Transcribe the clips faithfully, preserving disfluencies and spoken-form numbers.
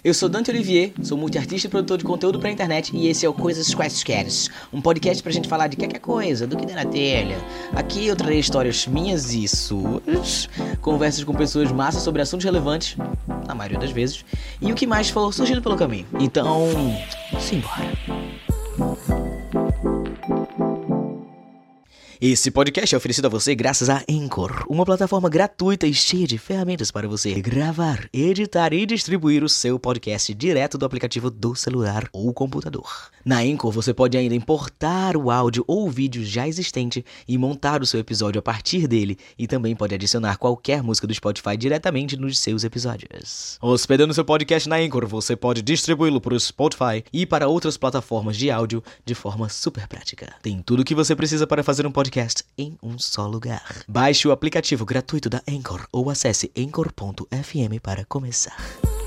Eu sou Dante Olivier, sou multiartista e produtor de conteúdo pra internet e esse é o Coisas Quaisqueres, um podcast pra gente falar de qualquer coisa, do que der na telha. Aqui eu trarei histórias minhas e suas, conversas com pessoas massas sobre assuntos relevantes, na maioria das vezes, e o que mais for surgindo pelo caminho. Então, simbora. Esse podcast é oferecido a você graças a Anchor, uma plataforma gratuita e cheia de ferramentas para você gravar, editar e distribuir o seu podcast direto do aplicativo do celular ou computador. Na Anchor você pode ainda importar o áudio ou o vídeo já existente e montar o seu episódio a partir dele, e também pode adicionar qualquer música do Spotify diretamente nos seus episódios. Hospedando seu podcast na Anchor, você pode distribuí-lo para o Spotify e para outras plataformas de áudio de forma super prática. Tem tudo o que você precisa para fazer um podcast em um só lugar. Baixe o aplicativo gratuito da Anchor ou acesse anchor ponto f m para começar.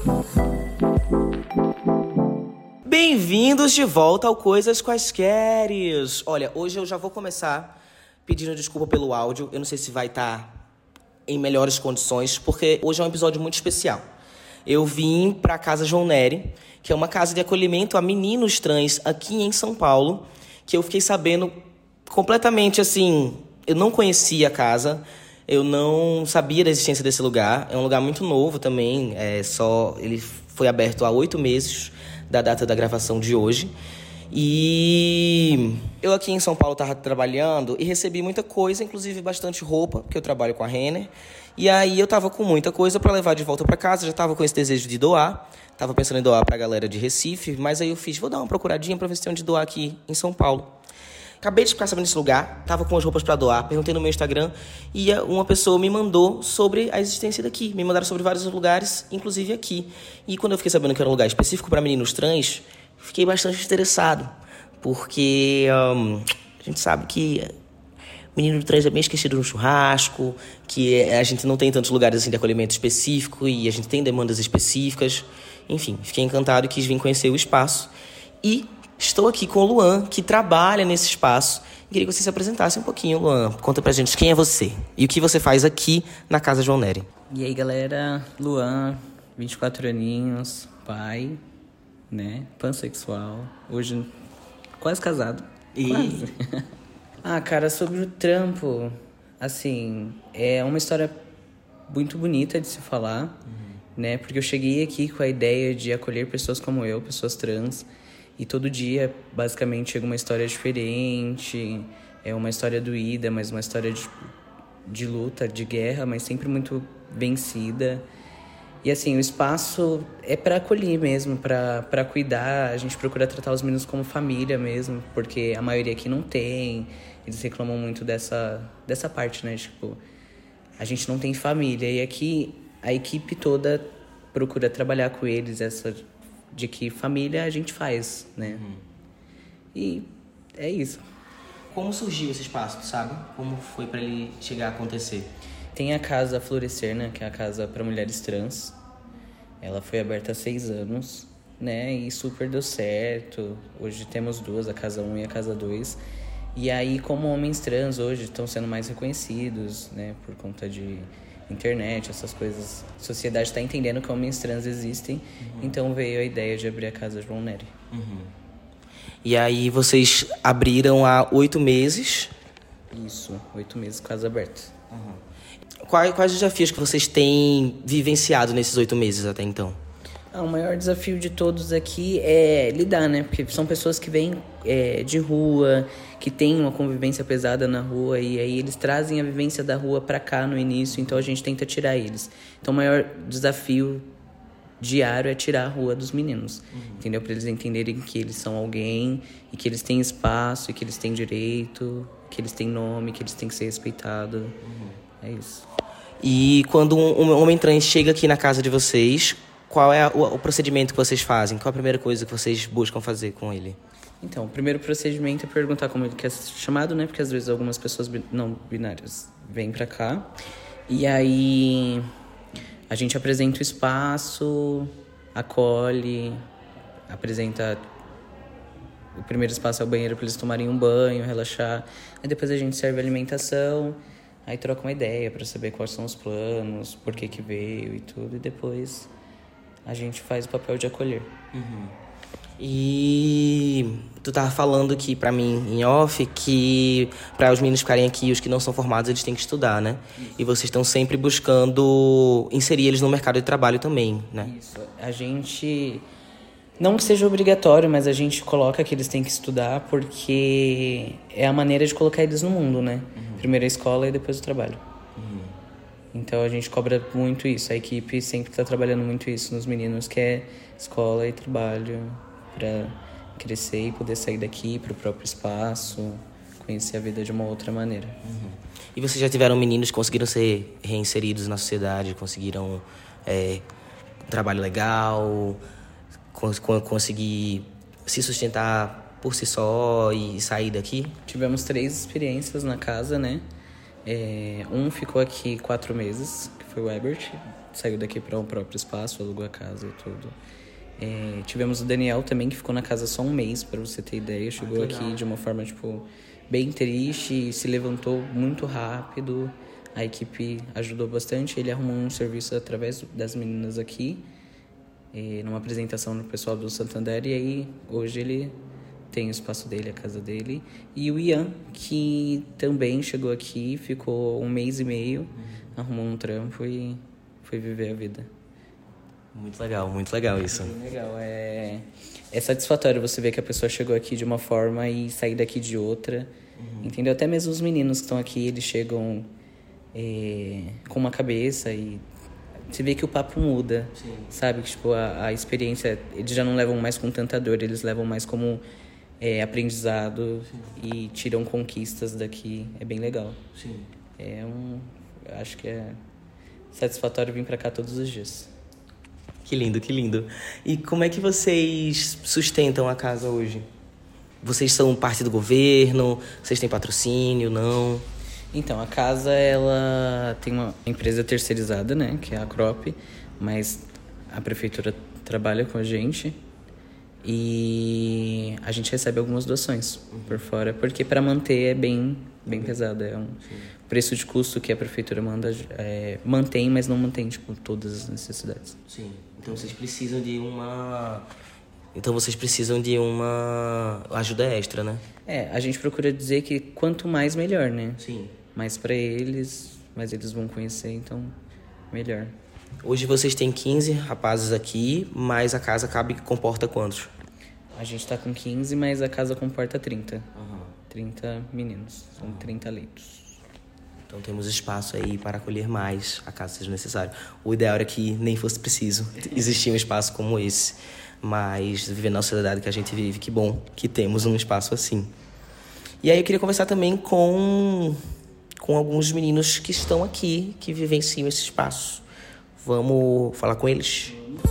Bem-vindos de volta ao Coisas Quaisqueres. Olha, hoje eu já vou começar pedindo desculpa pelo áudio. Eu não sei se vai estar em melhores condições, porque hoje é um episódio muito especial. Eu vim para a Casa João Nery, que é uma casa de acolhimento a meninos trans aqui em São Paulo, que eu fiquei sabendo completamente assim, eu não conhecia a casa, eu não sabia da existência desse lugar. É um lugar muito novo também, é só, ele foi aberto há oito meses da data da gravação de hoje. E eu aqui em São Paulo estava trabalhando e recebi muita coisa, inclusive bastante roupa, porque eu trabalho com a Renner. E aí eu estava com muita coisa para levar de volta para casa, já estava com esse desejo de doar, estava pensando em doar para a galera de Recife, mas aí eu fiz, vou dar uma procuradinha para ver se tem onde doar aqui em São Paulo. Acabei de ficar sabendo desse lugar, tava com as roupas para doar, perguntei no meu Instagram e uma pessoa me mandou sobre a existência daqui. Me mandaram sobre vários lugares, inclusive aqui. E quando eu fiquei sabendo que era um lugar específico para meninos trans, fiquei bastante interessado, porque um, a gente sabe que menino trans é bem esquecido no churrasco, que a gente não tem tantos lugares assim de acolhimento específico e a gente tem demandas específicas. Enfim, fiquei encantado e quis vir conhecer o espaço. E estou aqui com o Luan, que trabalha nesse espaço. Queria que você se apresentasse um pouquinho, Luan. Conta pra gente quem é você e o que você faz aqui na Casa João Nery. E aí, galera, Luan, vinte e quatro aninhos, pai, né, pansexual, hoje quase casado. E... Quase. Ah, cara, sobre o trampo, assim, é uma história muito bonita de se falar, uhum. né, porque eu cheguei aqui com a ideia de acolher pessoas como eu, pessoas trans. E todo dia, basicamente, chega uma história diferente, é uma história doída, mas uma história de, de luta, de guerra, mas sempre muito vencida. E, assim, o espaço é para acolher mesmo, para para cuidar. A gente procura tratar os meninos como família mesmo, porque a maioria aqui não tem. Eles reclamam muito dessa, dessa parte, né? Tipo, a gente não tem família. E aqui a equipe toda procura trabalhar com eles essa... de que família a gente faz, né? Uhum. E é isso. Como surgiu esse espaço, sabe? Como foi pra ele chegar a acontecer? Tem a Casa Florescer, né? Que é a casa para mulheres trans. Ela foi aberta há seis anos, né? E super deu certo. Hoje temos duas, a Casa um e a Casa dois. E aí, como homens trans hoje estão sendo mais reconhecidos, né? Por conta de internet, essas coisas. A sociedade está entendendo que homens trans existem, uhum. então veio a ideia de abrir a Casa João Nery. Uhum. E aí vocês abriram há oito meses? Isso, oito meses, casa aberta. Uhum. Quais, quais desafios que vocês têm vivenciado nesses oito meses até então? Ah, o maior desafio de todos aqui é lidar, né? Porque são pessoas que vêm é, de rua, que têm uma convivência pesada na rua, e aí eles trazem a vivência da rua pra cá no início, então a gente tenta tirar eles. Então o maior desafio diário é tirar a rua dos meninos, uhum. entendeu? Pra eles entenderem que eles são alguém, e que eles têm espaço, e que eles têm direito, que eles têm nome, que eles têm que ser respeitados. Uhum. É isso. E quando um, um homem trans chega aqui na casa de vocês, qual é a, o, o procedimento que vocês fazem? Qual a primeira coisa que vocês buscam fazer com ele? Então, o primeiro procedimento é perguntar como ele quer ser chamado, né? Porque às vezes algumas pessoas não binárias vêm pra cá. E aí a gente apresenta o espaço, acolhe, apresenta... O primeiro espaço é o banheiro para eles tomarem um banho, relaxar. Aí depois a gente serve a alimentação, aí troca uma ideia para saber quais são os planos, por que que veio e tudo. E depois a gente faz o papel de acolher. Uhum. E tu tava falando aqui pra mim, em off, que para os meninos ficarem aqui, os que não são formados, eles têm que estudar, né? Isso. E vocês estão sempre buscando inserir eles no mercado de trabalho também, né? Isso. A gente... Não que seja obrigatório, mas a gente coloca que eles têm que estudar porque é a maneira de colocar eles no mundo, né? Uhum. Primeiro a escola e depois o trabalho. Uhum. Então a gente cobra muito isso. A equipe sempre está trabalhando muito isso nos meninos, que é escola e trabalho, para crescer e poder sair daqui para o próprio espaço, conhecer a vida de uma outra maneira. Uhum. E vocês já tiveram meninos que conseguiram ser reinseridos na sociedade, conseguiram é, um trabalho legal, cons- conseguir se sustentar por si só e sair daqui? Tivemos três experiências na casa, né? É, um ficou aqui quatro meses, que foi o Ebert, saiu daqui para o próprio espaço, alugou a casa e tudo. É, tivemos o Daniel também, que ficou na casa só um mês, pra você ter ideia. Chegou ah, aqui de uma forma, tipo, bem triste, se levantou muito rápido. A equipe ajudou bastante. Ele arrumou um serviço através das meninas aqui, é, numa apresentação no pessoal do Santander. E aí, hoje ele tem o espaço dele, a casa dele. E o Ian, que também chegou aqui, ficou um mês e meio, uhum. arrumou um trampo e foi viver a vida. Muito legal, muito legal isso. Muito legal. É, é satisfatório você ver que a pessoa chegou aqui de uma forma e sair daqui de outra. Uhum. Entendeu? Até mesmo os meninos que estão aqui, eles chegam é, com uma cabeça e você vê que o papo muda. Sim. Sabe? Que tipo, a, a experiência, eles já não levam mais com tanta dor, eles levam mais como é, aprendizado. Sim. E tiram conquistas daqui. É bem legal. Sim. É um... Acho que é satisfatório vir pra cá todos os dias. Que lindo, que lindo. E como é que vocês sustentam a casa hoje? Vocês são parte do governo? Vocês têm patrocínio, não? Então, a casa, ela tem uma empresa terceirizada, né? Que é a Crop. Mas a prefeitura trabalha com a gente. E a gente recebe algumas doações uhum. por fora. Porque para manter é bem, bem pesado. É um Sim. preço de custo que a prefeitura manda, é, mantém, mas não mantém, tipo, todas as necessidades. Sim. Então vocês precisam de uma... Então vocês precisam de uma ajuda extra, né? É, a gente procura dizer que quanto mais, melhor, né? Sim. Mais pra eles, mais eles vão conhecer, então melhor. Hoje vocês têm quinze rapazes aqui, mas a casa cabe comporta quantos? A gente tá com quinze, mas a casa comporta trinta. Uhum. trinta meninos, são trinta leitos. Então temos espaço aí para acolher mais, a caso seja necessário. O ideal era que nem fosse preciso existir um espaço como esse. Mas vivendo na sociedade que a gente vive, que bom que temos um espaço assim. E aí eu queria conversar também com, com alguns meninos que estão aqui, que vivenciam esse espaço. Vamos falar com eles?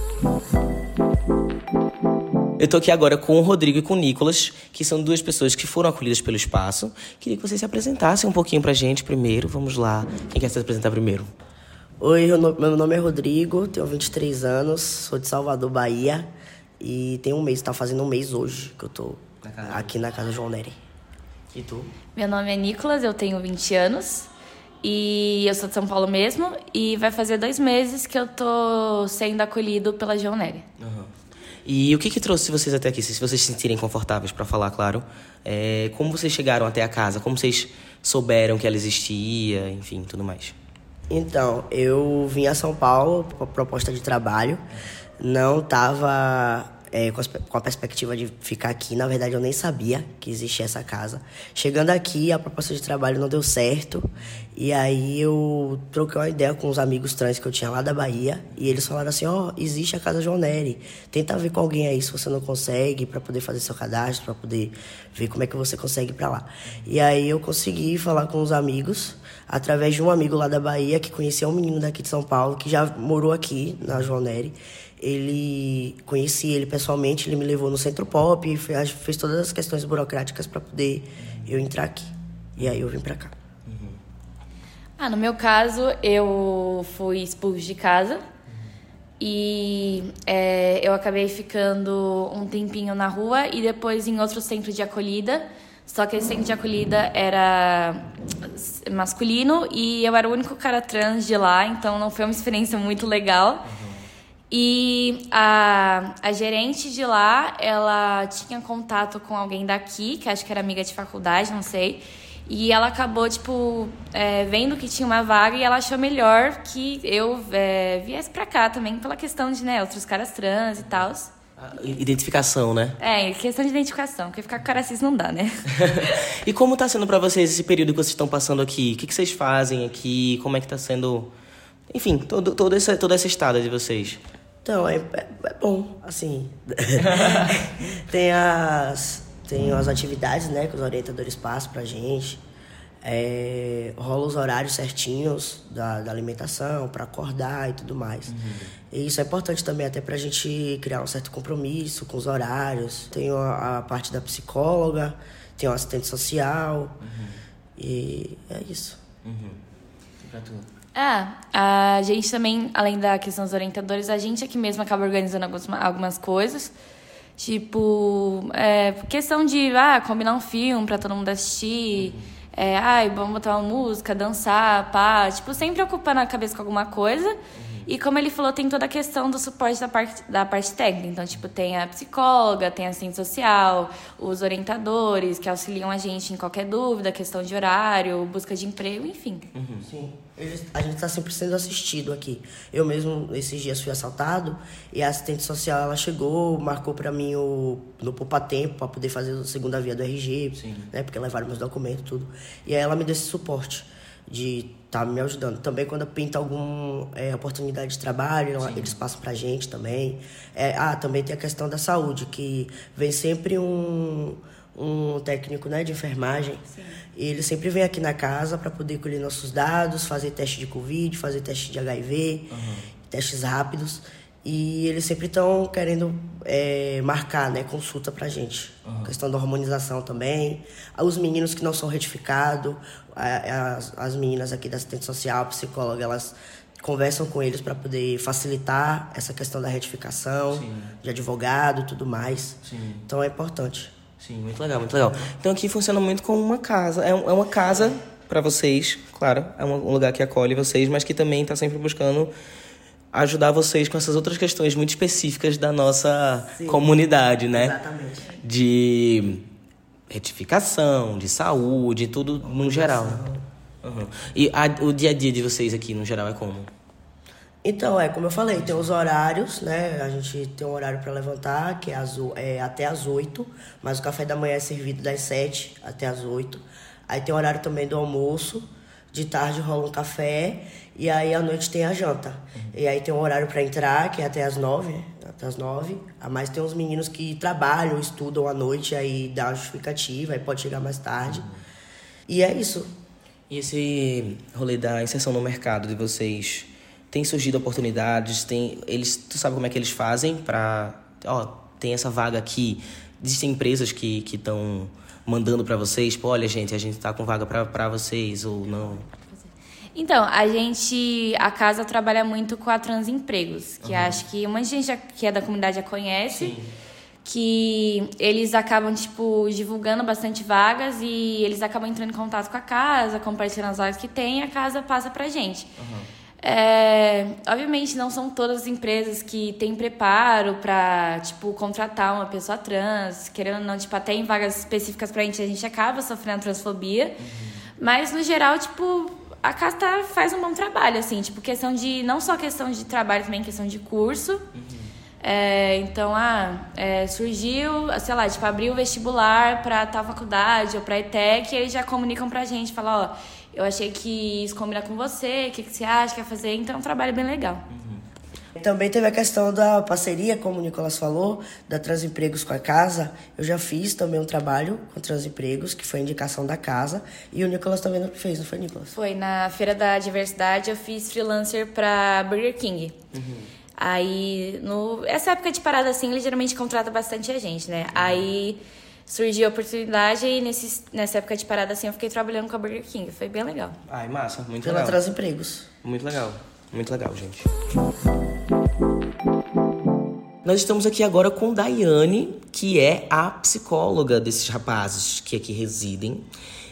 Eu tô aqui agora com o Rodrigo e com o Nicolas, que são duas pessoas que foram acolhidas pelo espaço. Queria que vocês se apresentassem um pouquinho pra gente primeiro. Vamos lá. Quem quer se apresentar primeiro? Oi, meu nome é Rodrigo, tenho vinte e três anos, sou de Salvador, Bahia. E tem um mês, tá fazendo um mês hoje que eu tô na aqui na casa João Nery. E tu? Meu nome é Nicolas, eu tenho vinte anos. E eu sou de São Paulo mesmo. E vai fazer dois meses que eu tô sendo acolhido pela João Nery. Uhum. E o que que trouxe vocês até aqui? Se vocês se sentirem confortáveis para falar, claro. É, como vocês chegaram até a casa? Como vocês souberam que ela existia? Enfim, tudo mais. Então, eu vim a São Paulo por proposta de trabalho. Não estava é, com, com a perspectiva de ficar aqui. Na verdade, eu nem sabia que existia essa casa. Chegando aqui, a proposta de trabalho não deu certo. E aí eu troquei uma ideia com os amigos trans que eu tinha lá da Bahia. E eles falaram assim, ó, oh, existe a casa João Nery. Tenta ver com alguém aí se você não consegue, para poder fazer seu cadastro, para poder ver como é que você consegue ir para lá. E aí eu consegui falar com os amigos, através de um amigo lá da Bahia, que conhecia um menino daqui de São Paulo, que já morou aqui na João Nery. Ele, conheci ele pessoalmente, ele me levou no Centro Pop, fez, fez todas as questões burocráticas para poder eu entrar aqui. E aí eu vim para cá. Uhum. Ah, no meu caso, eu fui expulso de casa. Uhum. E é, eu acabei ficando um tempinho na rua e depois em outro centro de acolhida. Só que esse centro de acolhida era masculino e eu era o único cara trans de lá, então não foi uma experiência muito legal. Uhum. E a, a gerente de lá, ela tinha contato com alguém daqui, que acho que era amiga de faculdade, não sei. E ela acabou, tipo, é, vendo que tinha uma vaga e ela achou melhor que eu é, viesse pra cá também, pela questão de, né, outros caras trans e tal. Identificação, né? É, questão de identificação, porque ficar com cara cis não dá, né? E como tá sendo pra vocês esse período que vocês estão passando aqui? O que, que vocês fazem aqui? Como é que tá sendo... Enfim, todo, todo esse, toda essa estada de vocês. Então, é, é, é bom, assim. tem, as, tem as atividades, né, que os orientadores passam pra gente. É, rola os horários certinhos da, da alimentação, para acordar e tudo mais. Uhum. E isso é importante também até pra gente criar um certo compromisso com os horários. Tem a, a parte da psicóloga, tem o assistente social. Uhum. E é isso. Uhum. E pra tu? É, a gente também, além da questão dos orientadores, a gente aqui mesmo acaba organizando algumas, algumas coisas. Tipo, é, questão de ah, combinar um filme pra todo mundo assistir. Uhum. É, ai, vamos botar uma música, dançar, pá. Tipo, sempre ocupando a cabeça com alguma coisa. Uhum. E como ele falou, tem toda a questão do suporte da parte, da parte técnica. Então, tipo, tem a psicóloga, tem a assistente social, os orientadores que auxiliam a gente em qualquer dúvida, questão de horário, busca de emprego, enfim. Uhum. Sim. A gente está sempre sendo assistido aqui. Eu mesmo, esses dias, fui assaltado e a assistente social, ela chegou, marcou para mim o, no poupa-tempo para poder fazer a segunda via do R G, Sim. né? Porque levaram meus documentos e tudo. E aí ela me deu esse suporte de estar tá me ajudando. Também quando pinta alguma é, oportunidade de trabalho, Sim. eles passam pra gente também. É, ah, também tem a questão da saúde, que vem sempre um, um técnico, né, de enfermagem. Sim. E ele sempre vem aqui na casa para poder colher nossos dados, fazer teste de Covid, fazer teste de H I V, uhum. testes rápidos. E eles sempre estão querendo é, marcar, né, consulta pra gente. Uhum. Questão da hormonização também. Os meninos que não são retificados, as, as meninas aqui da assistente social, psicóloga, elas conversam com eles para poder facilitar essa questão da retificação, Sim. de advogado e tudo mais. Sim. Então é importante. Sim, muito legal, muito legal. Então aqui funciona muito como uma casa. É, é uma casa para vocês, claro. É um lugar que acolhe vocês, mas que também está sempre buscando ajudar vocês com essas outras questões muito específicas da nossa Sim, comunidade, né? Exatamente. De retificação, de saúde, tudo no geral. Uhum. E a, o dia a dia de vocês aqui, no geral, é como? Então, é como eu falei, tem os horários, né? A gente tem um horário para levantar, que é, as, é até às oito, mas o café da manhã é servido das sete até às oito. Aí tem o horário também do almoço, de tarde rola um café, e aí à noite tem a janta. Uhum. E aí tem um horário para entrar, que é até às nove, até às nove. Mas tem uns meninos que trabalham, estudam à noite, aí dá uma justificativa, aí pode chegar mais tarde. Uhum. E é isso. E esse rolê da inserção no mercado de vocês, tem surgido oportunidades? Tem, eles, tu sabe como é que eles fazem para... Ó, tem essa vaga aqui. Existem empresas que estão mandando para vocês? Pô, olha, gente, a gente tá com vaga para vocês ou não? Então, a gente... A casa trabalha muito com a Transempregos, que uhum. acho que um monte de gente já, que é da comunidade já conhece. Sim. Que eles acabam, tipo, divulgando bastante vagas e eles acabam entrando em contato com a casa, compartilhando as vagas que tem e a casa passa pra gente. Uhum. É, obviamente, não são todas as empresas que têm preparo pra, tipo, contratar uma pessoa trans. Querendo ou não, tipo, até em vagas específicas pra gente, a gente acaba sofrendo transfobia. Uhum. Mas, no geral, tipo, a casa tá, faz um bom trabalho, assim. Tipo, questão de... Não só questão de trabalho, também questão de curso. Uhum. É, então, ah, é, surgiu, sei lá, tipo, abriu o vestibular pra tal faculdade ou pra E T E C e eles já comunicam pra gente, falam, ó, eu achei que isso combina com você, o que, que você acha, quer fazer? Então, é um trabalho bem legal. Uhum. Também teve a questão da parceria, como o Nicolas falou, da Transempregos com a casa. Eu já fiz também um trabalho com Transempregos, que foi a indicação da casa, e o Nicolas também fez, não foi, Nicolas? Foi, na Feira da Diversidade eu fiz freelancer pra Burger King. Uhum. Aí, no, essa época de parada, assim, ele geralmente contrata bastante a gente, né? Uhum. Aí surgiu a oportunidade e nesse, nessa época de parada, assim, eu fiquei trabalhando com a Burger King. Foi bem legal. Ai, massa, muito Pela legal. Transempregos. Muito legal, muito legal, gente. Nós estamos aqui agora com Daiane, que é a psicóloga desses rapazes que aqui residem.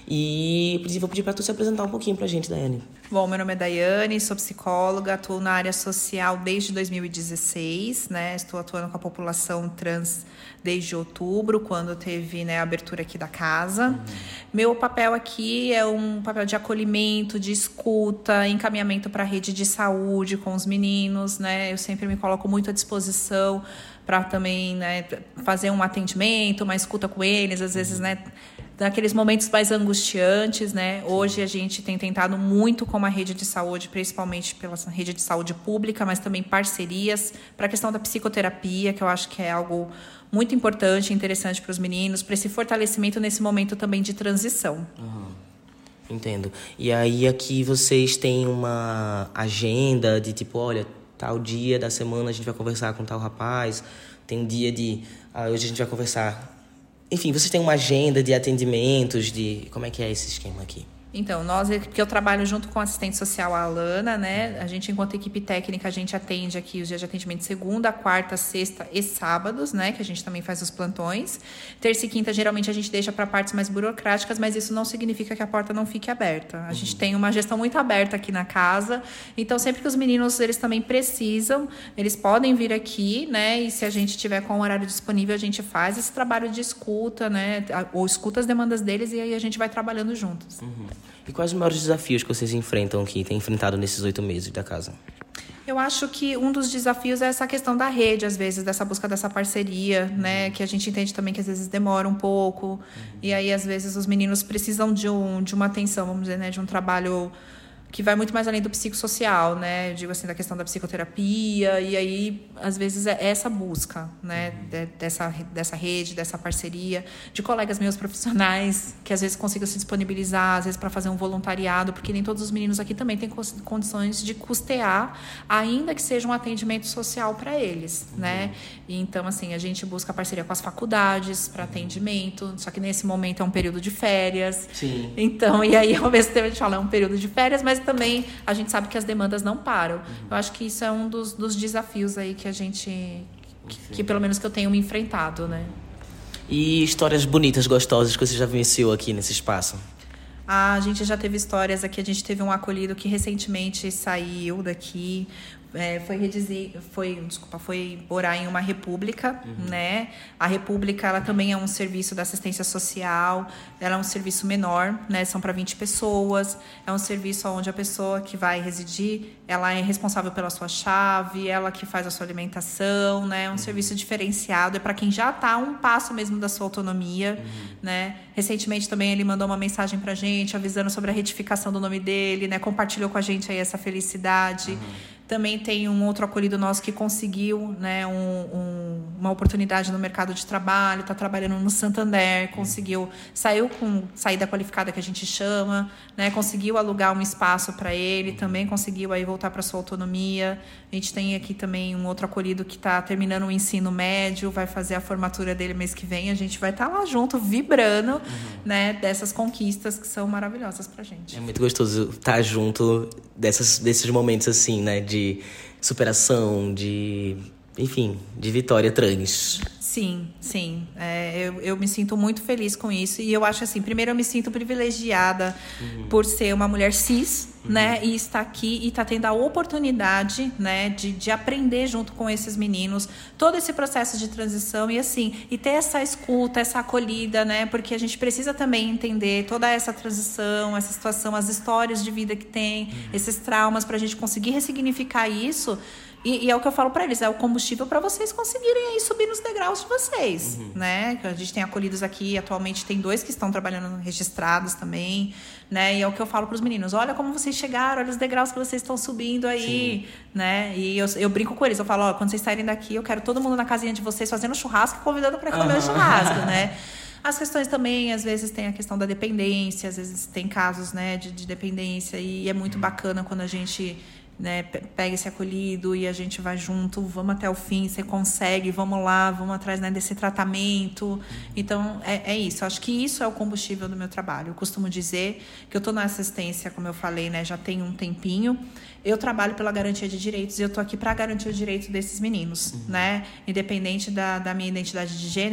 E vou pedir para tu se apresentar um pouquinho pra gente, Daiane. Bom, meu nome é Daiane, sou psicóloga, atuo na área social desde dois mil e dezesseis, né? Estou atuando com a população trans desde outubro, quando teve, né, a abertura aqui da casa. Uhum. Meu papel aqui é um papel de acolhimento, de escuta, encaminhamento para a rede de saúde com os meninos, né? Eu sempre me coloco muito à disposição para também, né, fazer um atendimento, uma escuta com eles, às vezes, né, naqueles momentos mais angustiantes, né? Hoje a gente tem tentado muito com a rede de saúde, principalmente pela rede de saúde pública, mas também parcerias para a questão da psicoterapia, que eu acho que é algo muito importante e interessante para os meninos, para esse fortalecimento nesse momento também de transição. Uhum. Entendo. E aí aqui vocês têm uma agenda de tipo, olha, tal dia da semana a gente vai conversar com tal rapaz, tem um dia de, ah, hoje a gente vai conversar. Enfim, vocês têm uma agenda de atendimentos, de como é que é esse esquema aqui? Então, nós, porque eu trabalho junto com a assistente social, a Alana, né? A gente, enquanto equipe técnica, a gente atende aqui os dias de atendimento segunda, quarta, sexta e sábados, né? Que a gente também faz os plantões. Terça e quinta, geralmente, a gente deixa para partes mais burocráticas, mas isso não significa que a porta não fique aberta. A uhum. gente tem uma gestão muito aberta aqui na casa. Então, sempre que os meninos, eles também precisam, eles podem vir aqui, né? E se a gente tiver com o horário disponível, a gente faz esse trabalho de escuta, né? Ou escuta as demandas deles e aí a gente vai trabalhando juntos. Uhum. E quais os maiores desafios que vocês enfrentam aqui, têm enfrentado nesses oito meses da casa? Eu acho que um dos desafios é essa questão da rede, às vezes, dessa busca dessa parceria, né? Que a gente entende também que às vezes demora um pouco. Uhum. E aí, às vezes, os meninos precisam de, um, de uma atenção, vamos dizer, né? De um trabalho que vai muito mais além do psicossocial, né? Eu digo assim, da questão da psicoterapia. E aí, às vezes, é essa busca, né? De, dessa, dessa rede, dessa parceria, de colegas meus profissionais, que às vezes consigam se disponibilizar, às vezes para fazer um voluntariado, porque nem todos os meninos aqui também têm condições de custear, ainda que seja um atendimento social para eles, uhum. né? E então, assim, a gente busca parceria com as faculdades para atendimento, só que nesse momento é um período de férias. Sim. Então, e aí, ao mesmo tempo, a gente fala, é um período de férias, mas também a gente sabe que as demandas não param. Uhum. Eu acho que isso é um dos, dos desafios aí que a gente, que, que pelo menos que eu tenho me enfrentado, né? E histórias bonitas, gostosas que você já vivenciou aqui nesse espaço? Ah, a gente já teve histórias aqui, a gente teve um acolhido que recentemente saiu daqui, é, foi reduzir, foi, desculpa, foi morar em uma república, uhum. né? A república, ela também é um serviço da assistência social, ela é um serviço menor, né? São para vinte pessoas, é um serviço onde a pessoa que vai residir, ela é responsável pela sua chave, ela que faz a sua alimentação, né? É um uhum. serviço diferenciado, é para quem já está a um passo mesmo da sua autonomia, uhum. né? Recentemente também ele mandou uma mensagem pra gente, avisando sobre a retificação do nome dele, né? Compartilhou com a gente aí essa felicidade. Uhum. Também tem um outro acolhido nosso que conseguiu, né, um, um, uma oportunidade no mercado de trabalho, está trabalhando no Santander, conseguiu, saiu com saída qualificada, que a gente chama, né, conseguiu alugar um espaço para ele, também conseguiu aí voltar para sua autonomia. A gente tem aqui também um outro acolhido que está terminando o ensino médio, vai fazer a formatura dele mês que vem. A gente vai estar tá lá junto, vibrando, uhum. né, dessas conquistas que são maravilhosas para a gente. É muito gostoso estar junto dessas, desses momentos assim, né, de de superação, de, enfim, de vitória trans. Sim, sim. É, eu, eu me sinto muito feliz com isso. E eu acho assim, primeiro eu me sinto privilegiada uhum. por ser uma mulher cis, uhum. né? E estar aqui e estar tendo a oportunidade, né? De, de aprender junto com esses meninos todo esse processo de transição e assim, e ter essa escuta, essa acolhida, né? Porque a gente precisa também entender toda essa transição, essa situação, as histórias de vida que tem, uhum. esses traumas, para a gente conseguir ressignificar isso. E, e é o que eu falo para eles, é o combustível para vocês conseguirem aí subir nos degraus de vocês, uhum. né? A gente tem acolhidos aqui, atualmente tem dois que estão trabalhando registrados também, né? E é o que eu falo para os meninos, olha como vocês chegaram, olha os degraus que vocês estão subindo aí, sim. né? E eu, eu brinco com eles, eu falo, ó, quando vocês saírem daqui, eu quero todo mundo na casinha de vocês fazendo churrasco e convidando para comer uhum. o churrasco, né? As questões também, às vezes tem a questão da dependência, às vezes tem casos, né, de, de dependência e é muito uhum. bacana quando a gente... né, pega esse acolhido e a gente vai junto, vamos até o fim, você consegue, vamos lá, vamos atrás, né, desse tratamento. Então, é, é isso. Acho que isso é o combustível do meu trabalho. Eu costumo dizer que eu estou na assistência, como eu falei, né, já tem um tempinho. Eu trabalho pela garantia de direitos e eu estou aqui para garantir o direito desses meninos, uhum. né? Independente da, da minha identidade de gênero,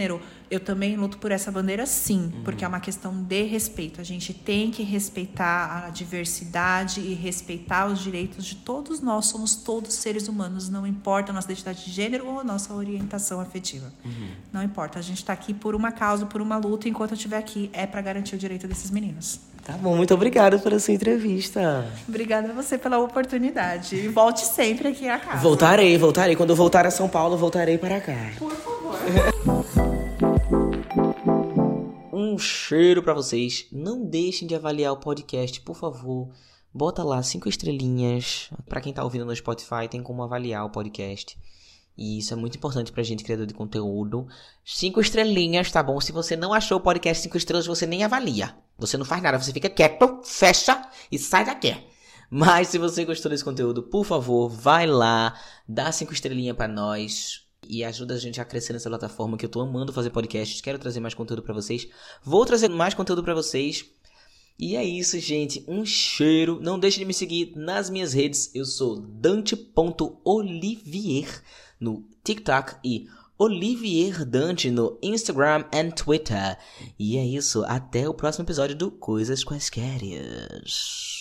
Eu também luto por essa bandeira, sim, uhum. porque é uma questão de respeito. A gente tem que respeitar a diversidade e respeitar os direitos de todos nós. Somos todos seres humanos, não importa a nossa identidade de gênero ou a nossa orientação afetiva. Uhum. Não importa, a gente está aqui por uma causa, por uma luta, enquanto eu estiver aqui, é para garantir o direito desses meninos. Tá bom, muito obrigada pela sua entrevista. Obrigada a você pela oportunidade. E volte sempre aqui à casa. Voltarei, voltarei. Quando eu voltar a São Paulo, voltarei para cá. Por favor. Um cheiro pra vocês. Não deixem de avaliar o podcast, por favor. Bota lá cinco estrelinhas. Pra quem tá ouvindo no Spotify, tem como avaliar o podcast. E isso é muito importante pra gente, criador de conteúdo. Cinco estrelinhas, tá bom? Se você não achou o podcast cinco estrelas, você nem avalia. Você não faz nada, você fica quieto, fecha e sai daqui. Mas se você gostou desse conteúdo, por favor, vai lá, dá cinco estrelinhas pra nós e ajuda a gente a crescer nessa plataforma, que eu tô amando fazer podcasts. Quero trazer mais conteúdo pra vocês. Vou trazer mais conteúdo pra vocês. E é isso, gente. Um cheiro. Não deixe de me seguir nas minhas redes. Eu sou dante ponto olivier no TikTok e Olivier Dante no Instagram e Twitter. E é isso. Até o próximo episódio do Coisas Quaisqueres.